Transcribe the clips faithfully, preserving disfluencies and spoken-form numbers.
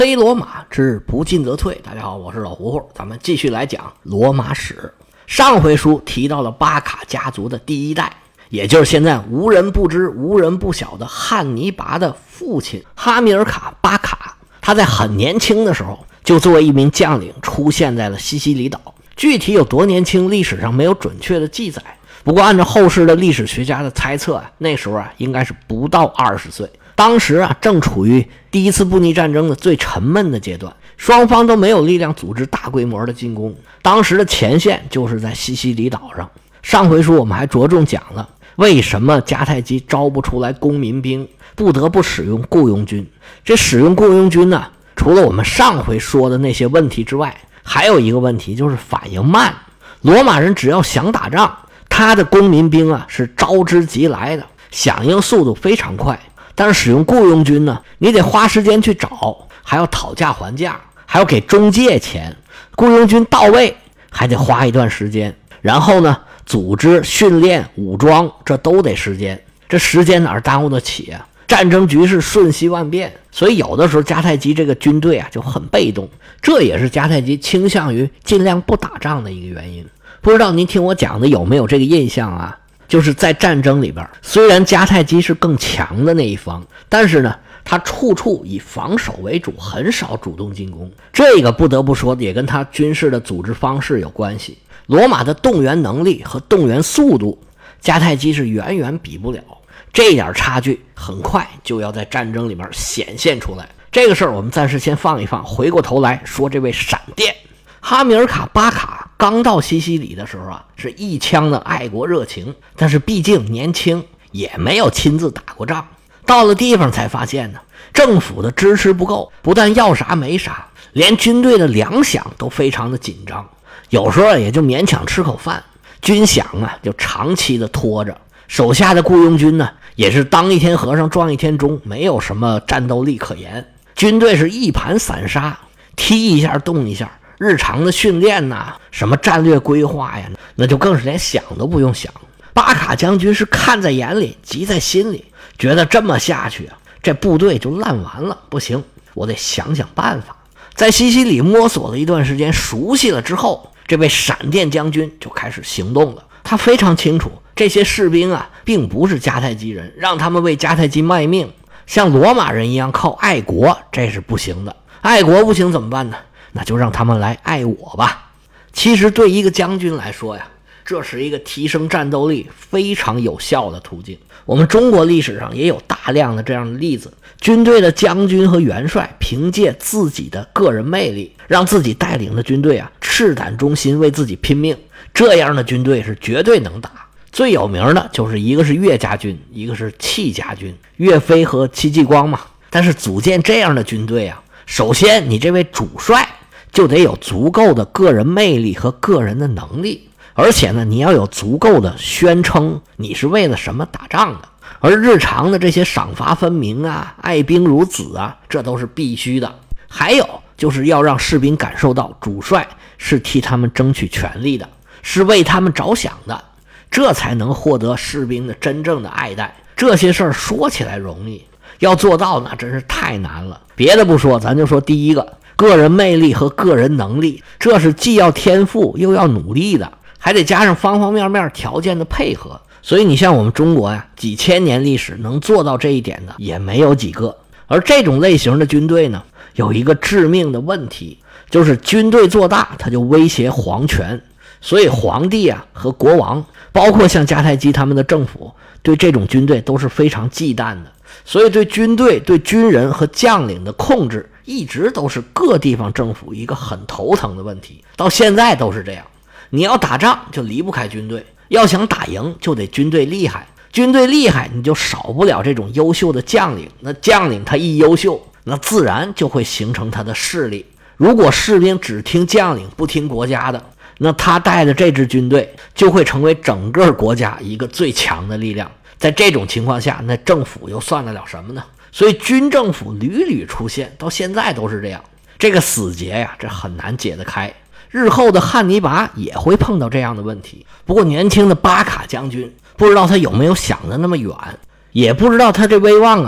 非罗马之不进则退。大家好，我是老胡胡，咱们继续来讲罗马史。上回书提到了巴卡家族的第一代，也就是现在无人不知无人不晓的汉尼拔的父亲哈米尔卡巴卡。他在很年轻的时候就作为一名将领出现在了西西里岛，具体有多年轻历史上没有准确的记载，不过按照后世的历史学家的猜测啊，那时候啊应该是不到二十岁。当时啊正处于第一次布匿战争的最沉闷的阶段，双方都没有力量组织大规模的进攻，当时的前线就是在西西里岛上。上回书我们还着重讲了为什么迦太基招不出来公民兵，不得不使用雇佣军。这使用雇佣军呢，除了我们上回说的那些问题之外，还有一个问题就是反应慢。罗马人只要想打仗，他的公民兵啊是招之即来的，响应速度非常快。但是使用雇佣军呢，你得花时间去找，还要讨价还价，还要给中介钱，雇佣军到位还得花一段时间，然后呢组织训练武装，这都得时间，这时间哪儿耽误得起啊？战争局势瞬息万变，所以有的时候迦太基这个军队啊就很被动，这也是迦太基倾向于尽量不打仗的一个原因。不知道您听我讲的有没有这个印象啊？就是在战争里边，虽然迦太基是更强的那一方，但是呢他处处以防守为主，很少主动进攻。这个不得不说也跟他军事的组织方式有关系。罗马的动员能力和动员速度，迦太基是远远比不了，这点差距很快就要在战争里面显现出来。这个事儿我们暂时先放一放，回过头来说这位闪电。哈米尔卡巴卡刚到西西里的时候啊，是一腔的爱国热情，但是毕竟年轻，也没有亲自打过仗。到了地方才发现呢，政府的支持不够，不但要啥没啥，连军队的粮饷都非常的紧张，有时候也就勉强吃口饭，军饷啊就长期的拖着。手下的雇佣军呢，也是当一天和尚撞一天钟，没有什么战斗力可言。军队是一盘散沙，踢一下动一下，日常的训练呐、啊，什么战略规划呀，那就更是连想都不用想。巴卡将军是看在眼里，急在心里，觉得这么下去啊，这部队就烂完了，不行，我得想想办法。在西西里摸索了一段时间，熟悉了之后，这位闪电将军就开始行动了。他非常清楚，这些士兵啊，并不是迦太基人，让他们为迦太基卖命，像罗马人一样靠爱国，这是不行的。爱国不行怎么办呢？那就让他们来爱我吧。其实对一个将军来说呀，这是一个提升战斗力非常有效的途径。我们中国历史上也有大量的这样的例子，军队的将军和元帅凭借自己的个人魅力，让自己带领的军队啊赤胆忠心，为自己拼命，这样的军队是绝对能打。最有名的就是一个是岳家军，一个是戚家军，岳飞和戚继光嘛。但是组建这样的军队啊，首先你这位主帅就得有足够的个人魅力和个人的能力，而且呢，你要有足够的宣称你是为了什么打仗的。而日常的这些赏罚分明啊，爱兵如子啊，这都是必须的。还有就是要让士兵感受到主帅是替他们争取权利的，是为他们着想的，这才能获得士兵的真正的爱戴。这些事儿说起来容易，要做到那真是太难了。别的不说，咱就说第一个，个人魅力和个人能力，这是既要天赋又要努力的，还得加上方方面面条件的配合。所以你像我们中国呀，几千年历史能做到这一点的也没有几个。而这种类型的军队呢，有一个致命的问题，就是军队做大，它就威胁皇权。所以皇帝啊和国王，包括像迦太基他们的政府，对这种军队都是非常忌惮的。所以对军队、对军人和将领的控制，一直都是各地方政府一个很头疼的问题，到现在都是这样。你要打仗就离不开军队，要想打赢就得军队厉害，军队厉害你就少不了这种优秀的将领，那将领他一优秀，那自然就会形成他的势力。如果士兵只听将领不听国家的，那他带的这支军队就会成为整个国家一个最强的力量。在这种情况下，那政府又算得了什么呢？所以军政府屡屡出现，到现在都是这样。这个死结呀，这很难解得开。日后的汉尼拔也会碰到这样的问题。不过年轻的巴卡将军不知道他有没有想的那么远，也不知道他这威望啊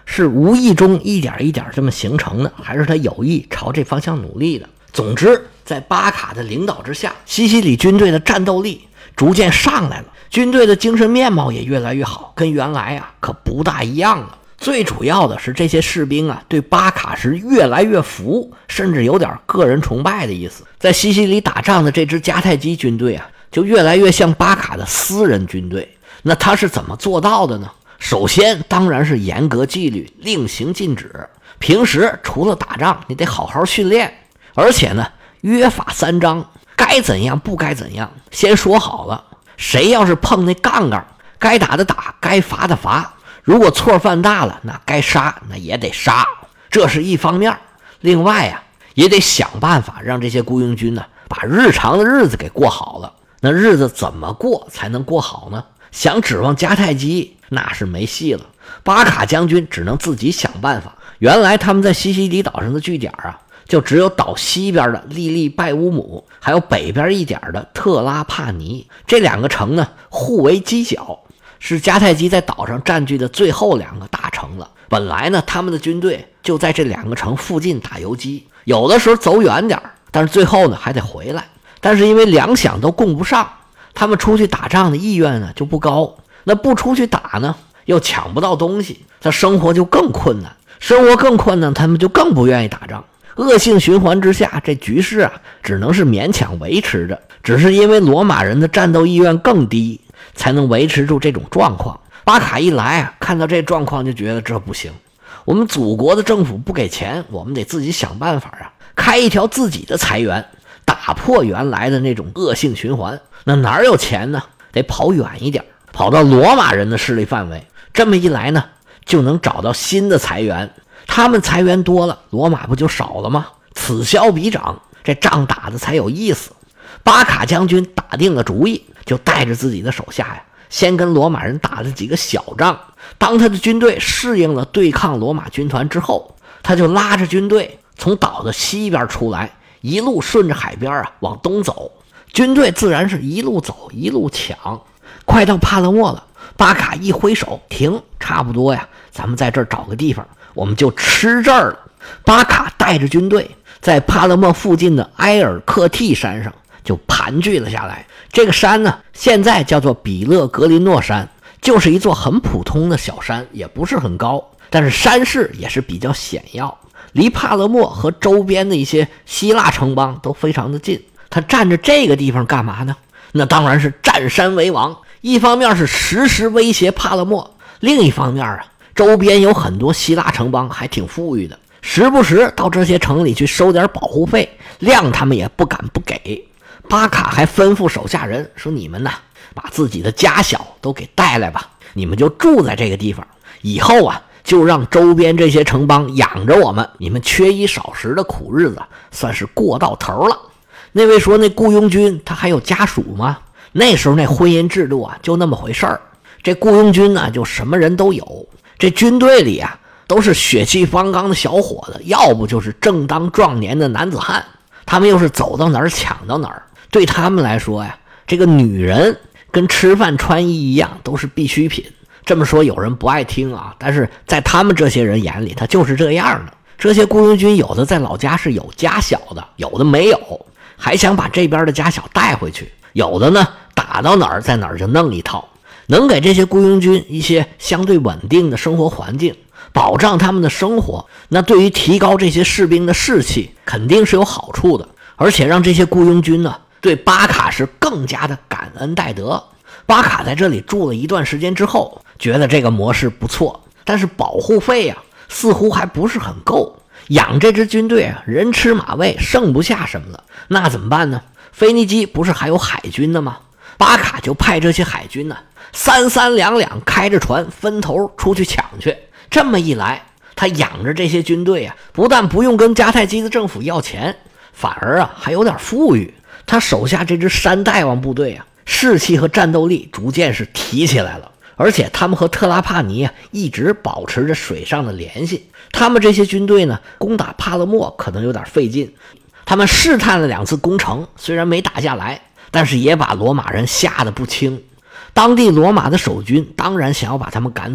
是无意中一点一点这么形成的，还是他有意朝这方向努力的？总之，在巴卡的领导之下，西西里军队的战斗力逐渐上来了，军队的精神面貌也越来越好，跟原来啊可不大一样了。最主要的是这些士兵啊对巴卡是越来越服，甚至有点个人崇拜的意思。在西西里打仗的这支迦太基军队啊就越来越像巴卡的私人军队。那他是怎么做到的呢？首先当然是严格纪律，令行禁止。平时除了打仗你得好好训练，而且呢约法三章，该怎样不该怎样先说好了。谁要是碰那杠杠，该打的打，该罚的罚，如果错犯大了，那该杀那也得杀。这是一方面。另外啊也得想办法让这些雇佣军呢把日常的日子给过好了。那日子怎么过才能过好呢？想指望迦太基那是没戏了，巴卡将军只能自己想办法。原来他们在西西里岛上的据点啊就只有岛西边的利利拜乌姆，还有北边一点的特拉帕尼，这两个城呢互为犄角，是迦太基在岛上占据的最后两个大城了。本来呢他们的军队就在这两个城附近打游击，有的时候走远点，但是最后呢还得回来。但是因为粮饷都供不上，他们出去打仗的意愿呢就不高，那不出去打呢又抢不到东西，他生活就更困难，生活更困难，他们就更不愿意打仗。恶性循环之下，这局势啊只能是勉强维持着，只是因为罗马人的战斗意愿更低，才能维持住这种状况。巴卡一来啊，看到这状况就觉得这不行，我们祖国的政府不给钱，我们得自己想办法啊，开一条自己的财源，打破原来的那种恶性循环。那哪有钱呢？得跑远一点，跑到罗马人的势力范围，这么一来呢就能找到新的财源。他们财源多了，罗马不就少了吗？此消彼长，这仗打的才有意思。巴卡将军打定了主意，就带着自己的手下呀，先跟罗马人打了几个小仗。当他的军队适应了对抗罗马军团之后，他就拉着军队从岛的西边出来，一路顺着海边啊往东走。军队自然是一路走一路抢，快到帕勒莫了，巴卡一挥手，停，差不多呀，咱们在这儿找个地方，我们就吃这儿了。巴卡带着军队在帕勒莫附近的埃尔克蒂山上就盘踞了下来。这个山呢现在叫做比勒格林诺山，就是一座很普通的小山，也不是很高，但是山势也是比较险要，离帕勒莫和周边的一些希腊城邦都非常的近。他占着这个地方干嘛呢？那当然是占山为王。一方面是时时威胁帕勒莫，另一方面啊周边有很多希腊城邦还挺富裕的，时不时到这些城里去收点保护费，量他们也不敢不给。巴卡还吩咐手下人说，你们呐把自己的家小都给带来吧，你们就住在这个地方，以后啊就让周边这些城邦养着我们，你们缺衣少食的苦日子算是过到头了。那位说那雇佣军他还有家属吗？那时候那婚姻制度啊就那么回事儿，这雇佣军呢就什么人都有，这军队里啊都是血气方刚的小伙子，要不就是正当壮年的男子汉，他们又是走到哪儿抢到哪儿。对他们来说呀，这个女人跟吃饭穿衣一样，都是必需品。这么说有人不爱听啊，但是在他们这些人眼里他就是这样的。这些雇佣军有的在老家是有家小的，有的没有，还想把这边的家小带回去，有的呢打到哪儿在哪儿就弄一套，能给这些雇佣军一些相对稳定的生活环境，保障他们的生活，那对于提高这些士兵的士气肯定是有好处的，而且让这些雇佣军呢对巴卡是更加的感恩戴德。巴卡在这里住了一段时间之后，觉得这个模式不错，但是保护费啊似乎还不是很够，养这支军队啊人吃马喂，剩不下什么了，那怎么办呢？腓尼基不是还有海军的吗？巴卡就派这些海军呢三三两两开着船分头出去抢去。这么一来，他养着这些军队啊，不但不用跟迦太基的政府要钱，反而啊还有点富裕。他手下这支山大王部队啊，士气和战斗力逐渐是提起来了，而且他们和特拉帕尼啊一直保持着水上的联系。他们这些军队呢，攻打帕勒莫可能有点费劲，他们试探了两次攻城，虽然没打下来，但是也把罗马人吓得不轻。当地罗马的守军当然想要把他们赶走，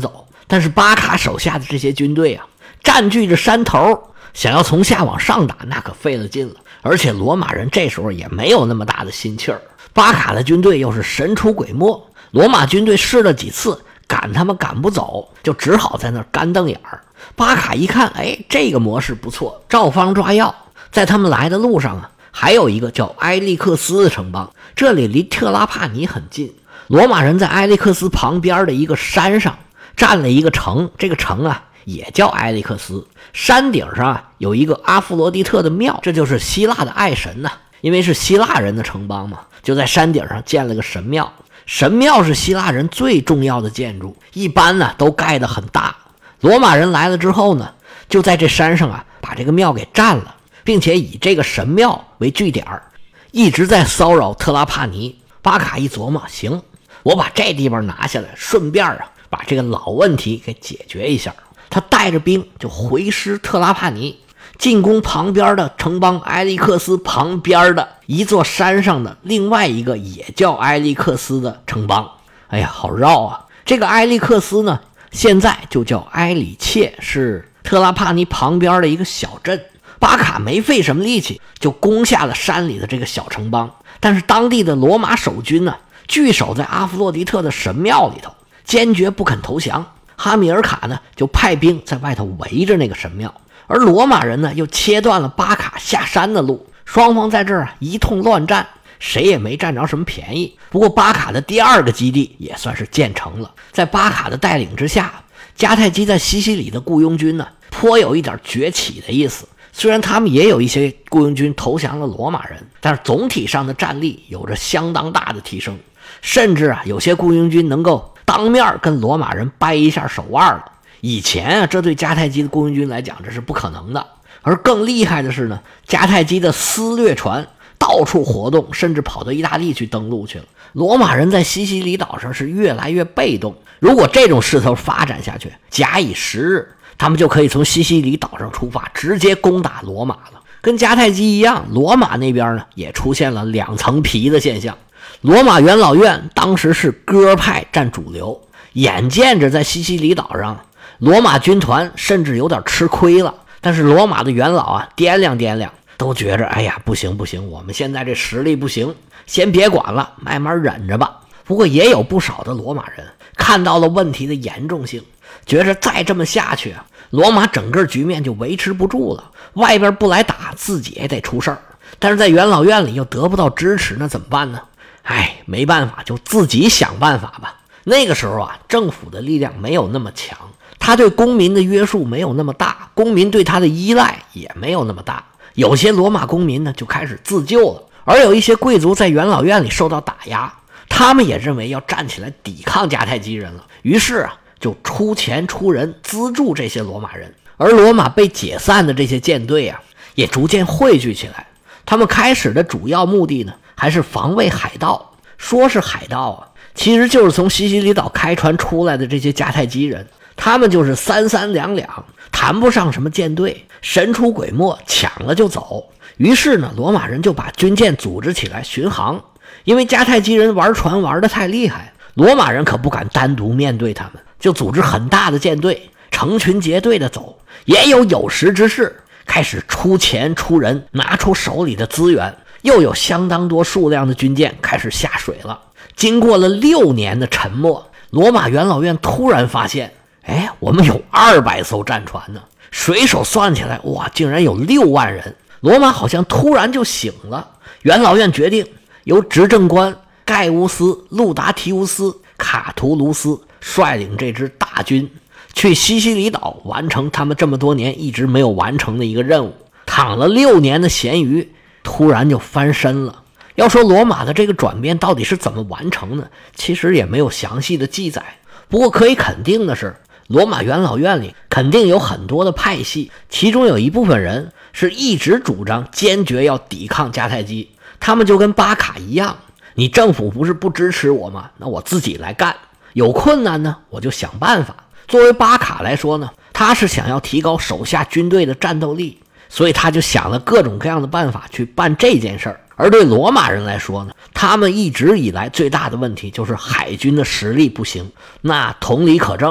但是巴卡手下的这些军队啊，占据着山头，想要从下往上打，那可费了劲了。而且罗马人这时候也没有那么大的心气儿，巴卡的军队又是神出鬼没，罗马军队试了几次，赶他们赶不走，就只好在那儿干瞪眼儿。巴卡一看，哎，这个模式不错，照方抓药。在他们来的路上啊，还有一个叫埃利克斯的城邦，这里离特拉帕尼很近。罗马人在埃利克斯旁边的一个山上占了一个城，这个城啊也叫埃利克斯。山顶上啊有一个阿弗罗狄特的庙，这就是希腊的爱神呐、啊。因为是希腊人的城邦嘛，就在山顶上建了个神庙。神庙是希腊人最重要的建筑，一般呢都盖得很大。罗马人来了之后呢，就在这山上啊把这个庙给占了，并且以这个神庙为据点，一直在骚扰特拉帕尼。巴卡一琢磨，行，我把这地方拿下来，顺便啊把这个老问题给解决一下。他带着兵就回师特拉帕尼，进攻旁边的城邦埃利克斯旁边的一座山上的另外一个也叫埃利克斯的城邦。哎呀，好绕啊！这个埃利克斯呢，现在就叫埃里切，是特拉帕尼旁边的一个小镇。巴卡没费什么力气就攻下了山里的这个小城邦，但是当地的罗马守军呢，据守在阿弗洛狄特的神庙里头，坚决不肯投降。哈米尔卡呢就派兵在外头围着那个神庙，而罗马人呢又切断了巴卡下山的路，双方在这儿一通乱战，谁也没占着什么便宜。不过巴卡的第二个基地也算是建成了，在巴卡的带领之下，迦太基在西西里的雇佣军呢颇有一点崛起的意思。虽然他们也有一些雇佣军投降了罗马人，但是总体上的战力有着相当大的提升，甚至啊有些雇佣军能够当面跟罗马人掰一下手腕了。以前啊，这对迦太基的雇佣军来讲这是不可能的。而更厉害的是呢，迦太基的私掠船到处活动，甚至跑到意大利去登陆去了。罗马人在西西里岛上是越来越被动，如果这种势头发展下去，假以时日，他们就可以从西西里岛上出发，直接攻打罗马了。跟迦太基一样，罗马那边呢也出现了两层皮的现象。罗马元老院当时是哥派占主流，眼见着在西西里岛上罗马军团甚至有点吃亏了，但是罗马的元老啊掂量掂量，都觉着哎呀不行不行，我们现在这实力不行，先别管了，慢慢忍着吧。不过也有不少的罗马人看到了问题的严重性，觉着再这么下去啊，罗马整个局面就维持不住了，外边不来打，自己也得出事儿。但是在元老院里又得不到支持，那怎么办呢？哎，没办法，就自己想办法吧。那个时候啊，政府的力量没有那么强，他对公民的约束没有那么大，公民对他的依赖也没有那么大。有些罗马公民呢就开始自救了，而有一些贵族在元老院里受到打压，他们也认为要站起来抵抗迦太基人了，于是啊就出钱出人资助这些罗马人。而罗马被解散的这些舰队啊也逐渐汇聚起来，他们开始的主要目的呢还是防卫海盗。说是海盗啊，其实就是从西西里岛开船出来的这些迦太基人，他们就是三三两两，谈不上什么舰队，神出鬼没，抢了就走。于是呢，罗马人就把军舰组织起来巡航，因为迦太基人玩船玩得太厉害，罗马人可不敢单独面对他们，就组织很大的舰队，成群结队的走。也有有识之士开始出钱出人，拿出手里的资源，又有相当多数量的军舰开始下水了。经过了六年的沉默，罗马元老院突然发现，哎，我们有二百艘战船呢，水手算起来，哇，竟然有六万人。罗马好像突然就醒了，元老院决定由执政官盖乌斯、路达提乌斯、卡图卢斯率领这支大军去西西里岛完成他们这么多年一直没有完成的一个任务。躺了六年的咸鱼突然就翻身了。要说罗马的这个转变到底是怎么完成的，其实也没有详细的记载。不过可以肯定的是，罗马元老院里肯定有很多的派系，其中有一部分人是一直主张坚决要抵抗迦太基。他们就跟巴卡一样，你政府不是不支持我吗？那我自己来干，有困难呢我就想办法。作为巴卡来说呢，他是想要提高手下军队的战斗力，所以他就想了各种各样的办法去办这件事儿。而对罗马人来说呢，他们一直以来最大的问题就是海军的实力不行。那同理可证，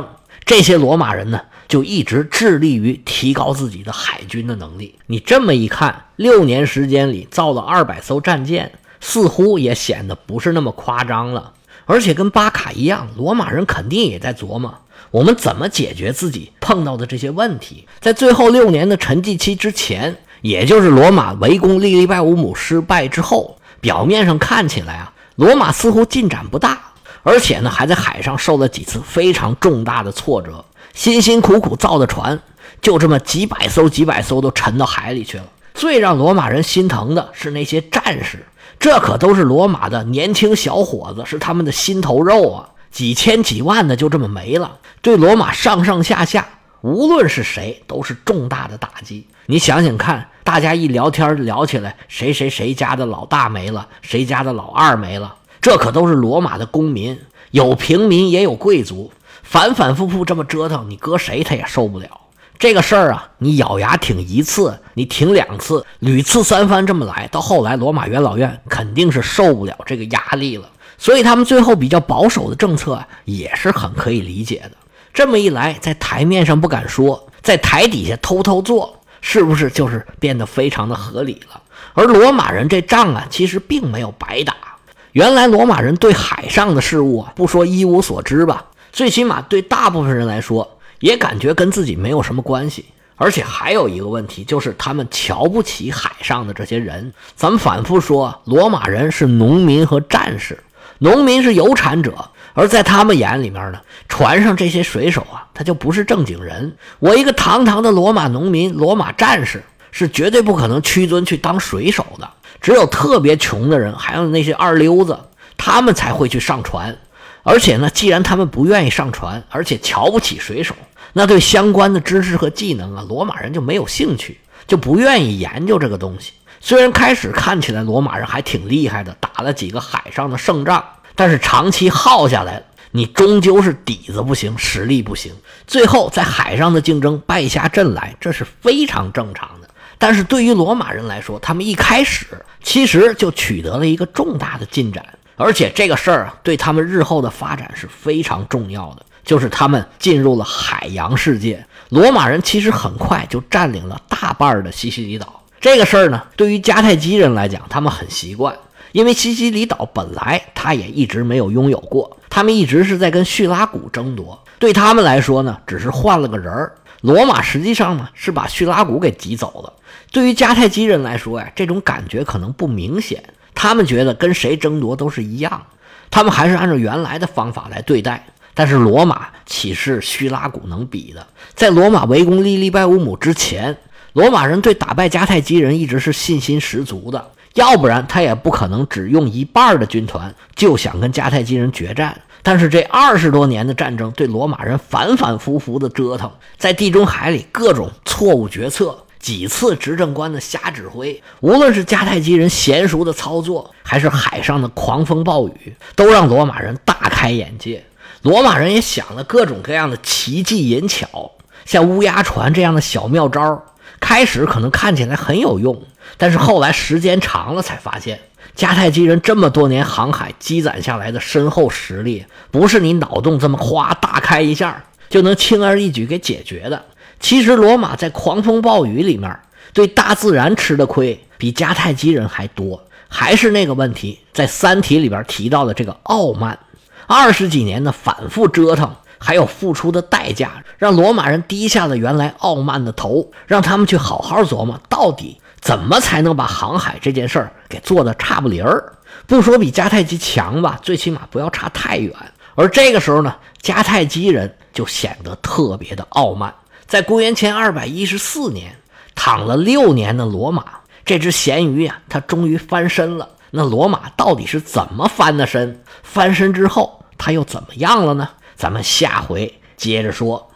这些罗马人呢就一直致力于提高自己的海军的能力。你这么一看，六年时间里造了二百艘战舰，似乎也显得不是那么夸张了。而且跟巴卡一样，罗马人肯定也在琢磨我们怎么解决自己碰到的这些问题。在最后六年的沉寂期之前，也就是罗马围攻利利拜乌姆失败之后，表面上看起来啊，罗马似乎进展不大，而且呢还在海上受了几次非常重大的挫折，辛辛苦苦造的船就这么几百艘几百艘都沉到海里去了。最让罗马人心疼的是那些战士，这可都是罗马的年轻小伙子，是他们的心头肉啊，几千几万的就这么没了，对罗马上上下下无论是谁都是重大的打击。你想想看，大家一聊天聊起来，谁谁谁家的老大没了，谁家的老二没了，这可都是罗马的公民，有平民也有贵族，反反复复这么折腾，你搁谁他也受不了。这个事儿啊，你咬牙挺一次，你挺两次，屡次三番这么来，到后来罗马元老院肯定是受不了这个压力了，所以他们最后比较保守的政策啊，也是很可以理解的。这么一来，在台面上不敢说，在台底下偷偷做，是不是就是变得非常的合理了？而罗马人这仗啊，其实并没有白打。原来罗马人对海上的事物啊，不说一无所知吧，最起码对大部分人来说也感觉跟自己没有什么关系。而且还有一个问题，就是他们瞧不起海上的这些人。咱们反复说，罗马人是农民和战士，农民是有产者，而在他们眼里面呢，船上这些水手啊，他就不是正经人。我一个堂堂的罗马农民、罗马战士是绝对不可能屈尊去当水手的，只有特别穷的人，还有那些二流子，他们才会去上船。而且呢，既然他们不愿意上船，而且瞧不起水手，那对相关的知识和技能啊，罗马人就没有兴趣，就不愿意研究这个东西。虽然开始看起来罗马人还挺厉害的，打了几个海上的胜仗，但是长期耗下来，你终究是底子不行，实力不行，最后在海上的竞争败下阵来，这是非常正常的。但是对于罗马人来说，他们一开始其实就取得了一个重大的进展，而且这个事儿啊，对他们日后的发展是非常重要的，就是他们进入了海洋世界。罗马人其实很快就占领了大半的西西里岛。这个事儿呢，对于迦太基人来讲，他们很习惯，因为西西里岛本来他也一直没有拥有过，他们一直是在跟叙拉古争夺，对他们来说呢，只是换了个人儿。罗马实际上呢，是把叙拉古给挤走了。对于迦太基人来说呀，这种感觉可能不明显，他们觉得跟谁争夺都是一样，他们还是按照原来的方法来对待。但是罗马岂是叙拉古能比的？在罗马围攻利利拜乌姆之前，罗马人对打败迦太基人一直是信心十足的，要不然他也不可能只用一半的军团就想跟迦太基人决战。但是这二十多年的战争对罗马人反反复复的折腾，在地中海里各种错误决策，几次执政官的瞎指挥，无论是迦太基人娴熟的操作，还是海上的狂风暴雨，都让罗马人大开眼界。罗马人也想了各种各样的奇技淫巧，像乌鸦船这样的小妙招，开始可能看起来很有用，但是后来时间长了才发现，迦太基人这么多年航海积攒下来的深厚实力，不是你脑洞这么哗大开一下就能轻而易举给解决的。其实罗马在狂风暴雨里面对大自然吃的亏比迦太基人还多。还是那个问题，在三体里边提到的这个傲慢，二十几年的反复折腾还有付出的代价，让罗马人低下了原来傲慢的头，让他们去好好琢磨到底怎么才能把航海这件事儿给做得差不离儿，不说比迦太基强吧，最起码不要差太远。而这个时候呢，迦太基人就显得特别的傲慢。在公元前二百一十四年，躺了六年的罗马，这只咸鱼啊，它终于翻身了。那罗马到底是怎么翻的身？翻身之后它又怎么样了呢？咱们下回接着说。